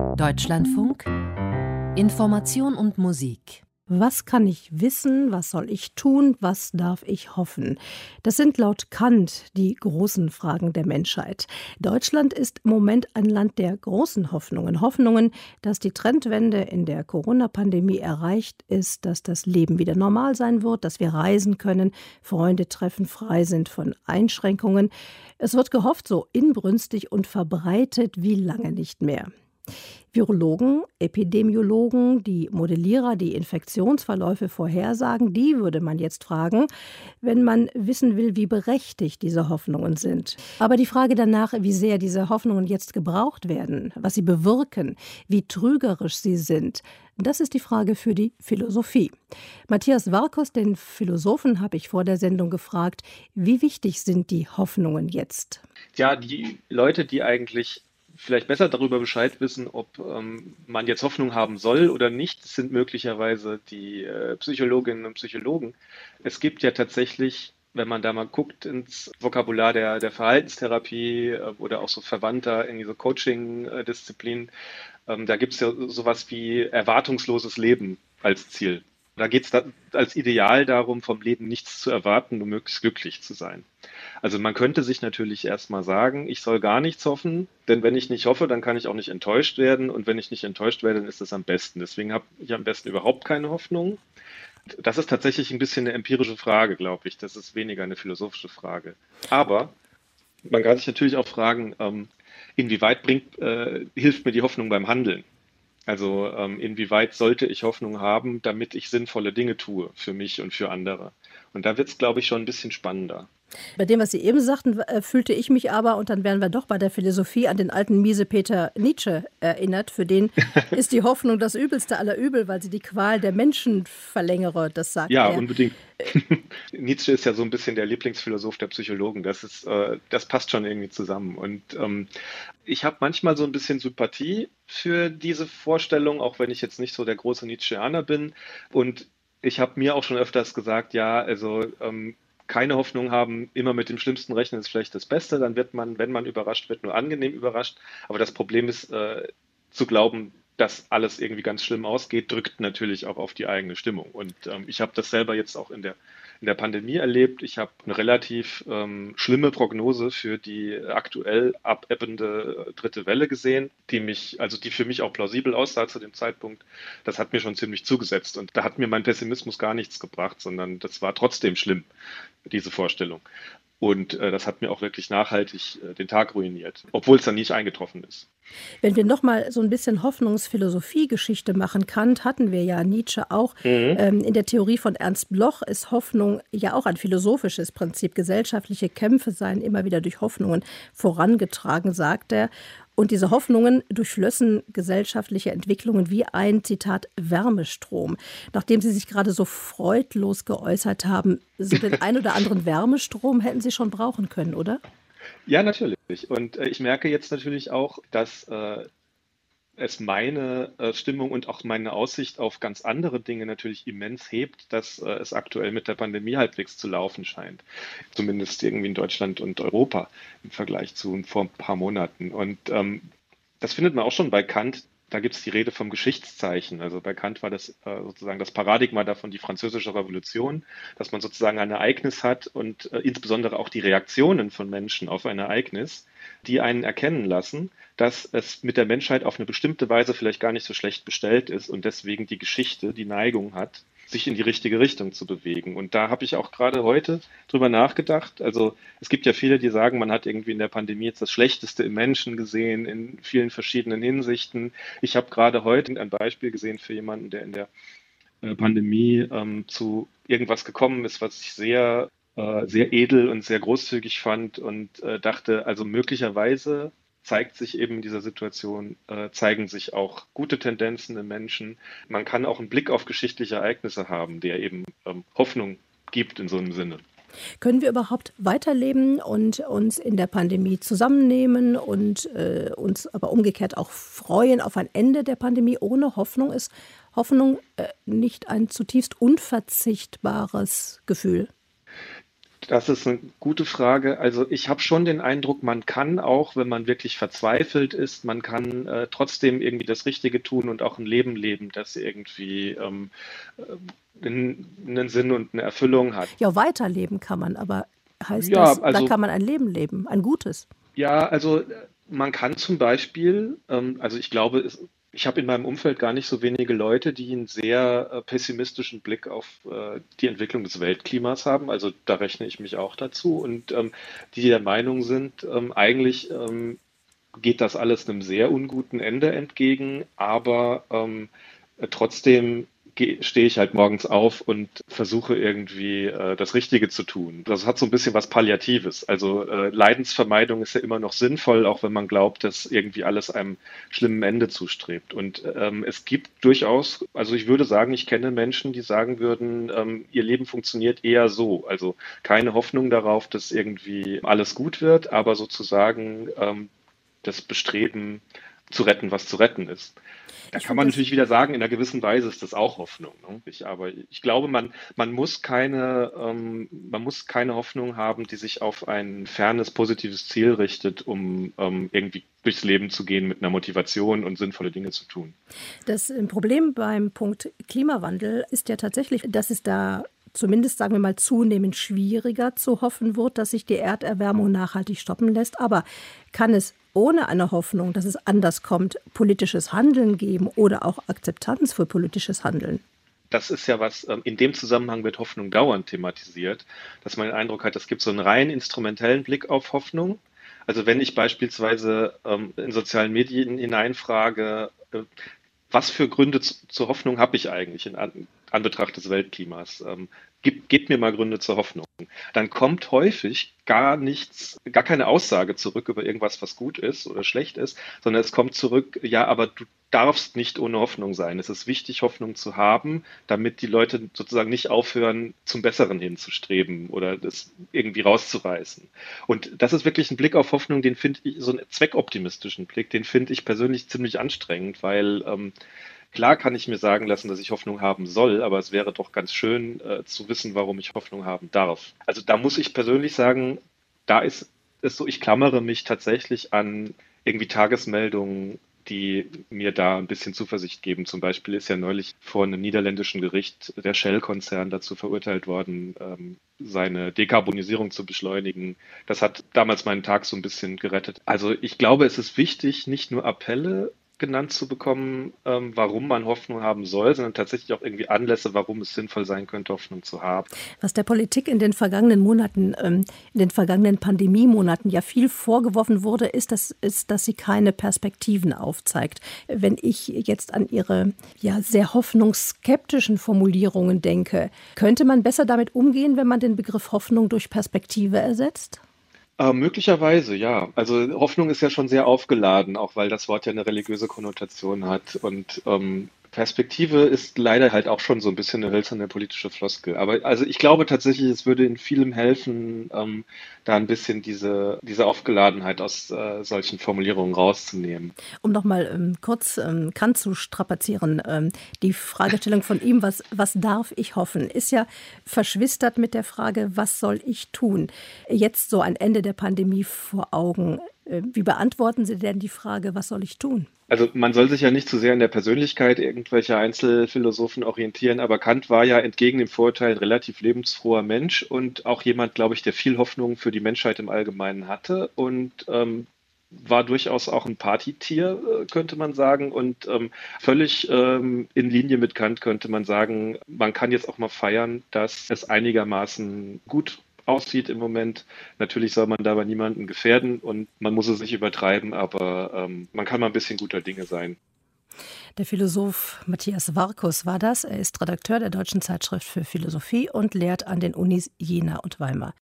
Deutschlandfunk Information und Musik. Was kann ich wissen? Was soll ich tun? Was darf ich hoffen? Das sind laut Kant die großen Fragen der Menschheit. Deutschland ist im Moment ein Land der großen Hoffnungen. Hoffnungen, dass die Trendwende in der Corona-Pandemie erreicht ist, dass das Leben wieder normal sein wird, dass wir reisen können, Freunde treffen, frei sind von Einschränkungen. Es wird gehofft, so inbrünstig und verbreitet wie lange nicht mehr. Virologen, Epidemiologen, die Modellierer, die Infektionsverläufe vorhersagen, die würde man jetzt fragen, wenn man wissen will, wie berechtigt diese Hoffnungen sind. Aber die Frage danach, wie sehr diese Hoffnungen jetzt gebraucht werden, was sie bewirken, wie trügerisch sie sind, das ist die Frage für die Philosophie. Matthias Warcus, den Philosophen, habe ich vor der Sendung gefragt, wie wichtig sind die Hoffnungen jetzt? Ja, die Leute, die eigentlich vielleicht besser darüber Bescheid wissen, ob man jetzt Hoffnung haben soll oder nicht, sind möglicherweise die Psychologinnen und Psychologen. Es gibt ja tatsächlich, wenn man da mal guckt ins Vokabular der Verhaltenstherapie oder auch so verwandter irgendwie so Coaching-Disziplinen, da gibt es ja sowas wie erwartungsloses Leben als Ziel. Da geht es als Ideal darum, vom Leben nichts zu erwarten, um möglichst glücklich zu sein. Also man könnte sich natürlich erstmal sagen, ich soll gar nichts hoffen, denn wenn ich nicht hoffe, dann kann ich auch nicht enttäuscht werden und wenn ich nicht enttäuscht werde, dann ist das am besten. Deswegen habe ich am besten überhaupt keine Hoffnung. Das ist tatsächlich ein bisschen eine empirische Frage, glaube ich. Das ist weniger eine philosophische Frage. Aber man kann sich natürlich auch fragen, inwieweit hilft mir die Hoffnung beim Handeln? Also inwieweit sollte ich Hoffnung haben, damit ich sinnvolle Dinge tue für mich und für andere? Und da wird es, glaube ich, schon ein bisschen spannender. Bei dem, was Sie eben sagten, fühlte ich mich aber, und dann wären wir doch bei der Philosophie, an den alten Miesepeter Nietzsche erinnert. Für den ist die Hoffnung das übelste aller Übel, weil sie die Qual der Menschen verlängere, das sagt Ja, er. unbedingt. Nietzsche ist ja so ein bisschen der Lieblingsphilosoph der Psychologen. Das passt schon irgendwie zusammen. Und ich habe manchmal so ein bisschen Sympathie für diese Vorstellung, auch wenn ich jetzt nicht so der große Nietzscheaner bin. Und ich habe mir auch schon öfters gesagt, ja, also keine Hoffnung haben, immer mit dem Schlimmsten rechnen, ist vielleicht das Beste. Dann wird man, wenn man überrascht wird, nur angenehm überrascht. Aber das Problem ist, zu glauben, dass alles irgendwie ganz schlimm ausgeht, drückt natürlich auch auf die eigene Stimmung. Und ich habe das selber jetzt auch in der Pandemie erlebt. Ich habe eine relativ schlimme Prognose für die aktuell abebbende dritte Welle gesehen, die für mich auch plausibel aussah zu dem Zeitpunkt. Das hat mir schon ziemlich zugesetzt. Und da hat mir mein Pessimismus gar nichts gebracht, sondern das war trotzdem schlimm, diese Vorstellung. Und das hat mir auch wirklich nachhaltig den Tag ruiniert, obwohl es dann nicht eingetroffen ist. Wenn wir noch mal so ein bisschen Hoffnungsphilosophie-Geschichte machen, Kant hatten wir ja, Nietzsche auch. In der Theorie von Ernst Bloch ist Hoffnung ja auch ein philosophisches Prinzip. Gesellschaftliche Kämpfe seien immer wieder durch Hoffnungen vorangetragen, sagt er. Und diese Hoffnungen durchflössen gesellschaftliche Entwicklungen wie ein, Zitat, Wärmestrom. Nachdem Sie sich gerade so freudlos geäußert haben, so den ein oder anderen Wärmestrom hätten Sie schon brauchen können, oder? Ja, natürlich. Und ich merke jetzt natürlich auch, dass es meine Stimmung und auch meine Aussicht auf ganz andere Dinge natürlich immens hebt, dass es aktuell mit der Pandemie halbwegs zu laufen scheint. Zumindest irgendwie in Deutschland und Europa im Vergleich zu vor ein paar Monaten. Und das findet man auch schon bei Kant. Da gibt es die Rede vom Geschichtszeichen. Also bei Kant war das sozusagen das Paradigma davon die Französische Revolution, dass man sozusagen ein Ereignis hat und insbesondere auch die Reaktionen von Menschen auf ein Ereignis, die einen erkennen lassen, dass es mit der Menschheit auf eine bestimmte Weise vielleicht gar nicht so schlecht bestellt ist und deswegen die Geschichte die Neigung hat, sich in die richtige Richtung zu bewegen. Und da habe ich auch gerade heute drüber nachgedacht. Also es gibt ja viele, die sagen, man hat irgendwie in der Pandemie jetzt das Schlechteste im Menschen gesehen, in vielen verschiedenen Hinsichten. Ich habe gerade heute ein Beispiel gesehen für jemanden, der in der Pandemie zu irgendwas gekommen ist, was ich sehr edel und sehr großzügig fand und dachte, also möglicherweise zeigt sich eben in dieser Situation, zeigen sich auch gute Tendenzen im Menschen. Man kann auch einen Blick auf geschichtliche Ereignisse haben, der eben Hoffnung gibt in so einem Sinne. Können wir überhaupt weiterleben und uns in der Pandemie zusammennehmen und uns aber umgekehrt auch freuen auf ein Ende der Pandemie ohne Hoffnung? Ist Hoffnung nicht ein zutiefst unverzichtbares Gefühl? Das ist eine gute Frage. Also ich habe schon den Eindruck, man kann auch, wenn man wirklich verzweifelt ist, man kann trotzdem irgendwie das Richtige tun und auch ein Leben leben, das irgendwie einen Sinn und eine Erfüllung hat. Ja, weiterleben kann man, aber heißt Ja, das, da also kann man ein Leben leben, ein gutes? ja, also man kann zum Beispiel, also ich glaube, ich habe in meinem Umfeld gar nicht so wenige Leute, die einen sehr pessimistischen Blick auf die Entwicklung des Weltklimas haben. Also da rechne ich mich auch dazu und die der Meinung sind, eigentlich geht das alles einem sehr unguten Ende entgegen, aber trotzdem stehe ich halt morgens auf und versuche irgendwie das Richtige zu tun. Das hat so ein bisschen was Palliatives. Also Leidensvermeidung ist ja immer noch sinnvoll, auch wenn man glaubt, dass irgendwie alles einem schlimmen Ende zustrebt. Und es gibt durchaus, also ich würde sagen, ich kenne Menschen, die sagen würden, ihr Leben funktioniert eher so. Also keine Hoffnung darauf, dass irgendwie alles gut wird, aber sozusagen das Bestreben zu retten, was zu retten ist. Da Ich kann finde man das natürlich wieder sagen, in einer gewissen Weise ist das auch Hoffnung. Ne? Aber ich glaube, man muss keine Hoffnung haben, die sich auf ein fernes, positives Ziel richtet, um irgendwie durchs Leben zu gehen mit einer Motivation und sinnvolle Dinge zu tun. Das Problem beim Punkt Klimawandel ist ja tatsächlich, dass es da zumindest, sagen wir mal, zunehmend schwieriger zu hoffen wird, dass sich die Erderwärmung nachhaltig stoppen lässt. Aber kann es ohne eine Hoffnung, dass es anders kommt, politisches Handeln geben oder auch Akzeptanz für politisches Handeln? Das ist ja was, in dem Zusammenhang wird Hoffnung dauernd thematisiert, dass man den Eindruck hat, es gibt so einen rein instrumentellen Blick auf Hoffnung. Also wenn ich beispielsweise in sozialen Medien hineinfrage, was für Gründe zur Hoffnung habe ich eigentlich in Anbetracht des Weltklimas? Gebt mir mal Gründe zur Hoffnung. Dann kommt häufig gar nichts, gar keine Aussage zurück über irgendwas, was gut ist oder schlecht ist, sondern es kommt zurück, ja, aber du darfst nicht ohne Hoffnung sein. Es ist wichtig, Hoffnung zu haben, damit die Leute sozusagen nicht aufhören, zum Besseren hinzustreben oder das irgendwie rauszureißen. Und das ist wirklich ein Blick auf Hoffnung, den finde ich, so einen zweckoptimistischen Blick, den finde ich persönlich ziemlich anstrengend, weil klar kann ich mir sagen lassen, dass ich Hoffnung haben soll, aber es wäre doch ganz schön zu wissen, warum ich Hoffnung haben darf. Also da muss ich persönlich sagen, da ist es so, ich klammere mich tatsächlich an irgendwie Tagesmeldungen, die mir da ein bisschen Zuversicht geben. Zum Beispiel ist ja neulich vor einem niederländischen Gericht der Shell-Konzern dazu verurteilt worden, seine Dekarbonisierung zu beschleunigen. Das hat damals meinen Tag so ein bisschen gerettet. Also ich glaube, es ist wichtig, nicht nur Appelle genannt zu bekommen, warum man Hoffnung haben soll, sondern tatsächlich auch irgendwie Anlässe, warum es sinnvoll sein könnte, Hoffnung zu haben. Was der Politik in den vergangenen Monaten, in den vergangenen Pandemiemonaten ja viel vorgeworfen wurde, ist, dass sie keine Perspektiven aufzeigt. Wenn ich jetzt an Ihre ja sehr hoffnungsskeptischen Formulierungen denke, könnte man besser damit umgehen, wenn man den Begriff Hoffnung durch Perspektive ersetzt? Möglicherweise, ja. Also Hoffnung ist ja schon sehr aufgeladen, auch weil das Wort ja eine religiöse Konnotation hat. Und Perspektive ist leider halt auch schon so ein bisschen eine hölzerne politische Floskel. Aber also ich glaube tatsächlich, es würde in vielem helfen, da ein bisschen diese Aufgeladenheit aus solchen Formulierungen rauszunehmen. Um noch mal kurz Kant zu strapazieren, die Fragestellung von ihm, was darf ich hoffen, ist ja verschwistert mit der Frage, was soll ich tun? Jetzt so ein Ende der Pandemie vor Augen. Wie beantworten Sie denn die Frage, was soll ich tun? Also man soll sich ja nicht zu sehr an der Persönlichkeit irgendwelcher Einzelphilosophen orientieren, aber Kant war ja entgegen dem Vorurteil ein relativ lebensfroher Mensch und auch jemand, glaube ich, der viel Hoffnung für die Menschheit im Allgemeinen hatte und war durchaus auch ein Partytier, könnte man sagen, und völlig in Linie mit Kant könnte man sagen, man kann jetzt auch mal feiern, dass es einigermaßen gut aussieht im Moment. Natürlich soll man dabei niemanden gefährden und man muss es nicht übertreiben, aber man kann mal ein bisschen guter Dinge sein. Der Philosoph Matthias Varkus war das. Er ist Redakteur der Deutschen Zeitschrift für Philosophie und lehrt an den Unis Jena und Weimar.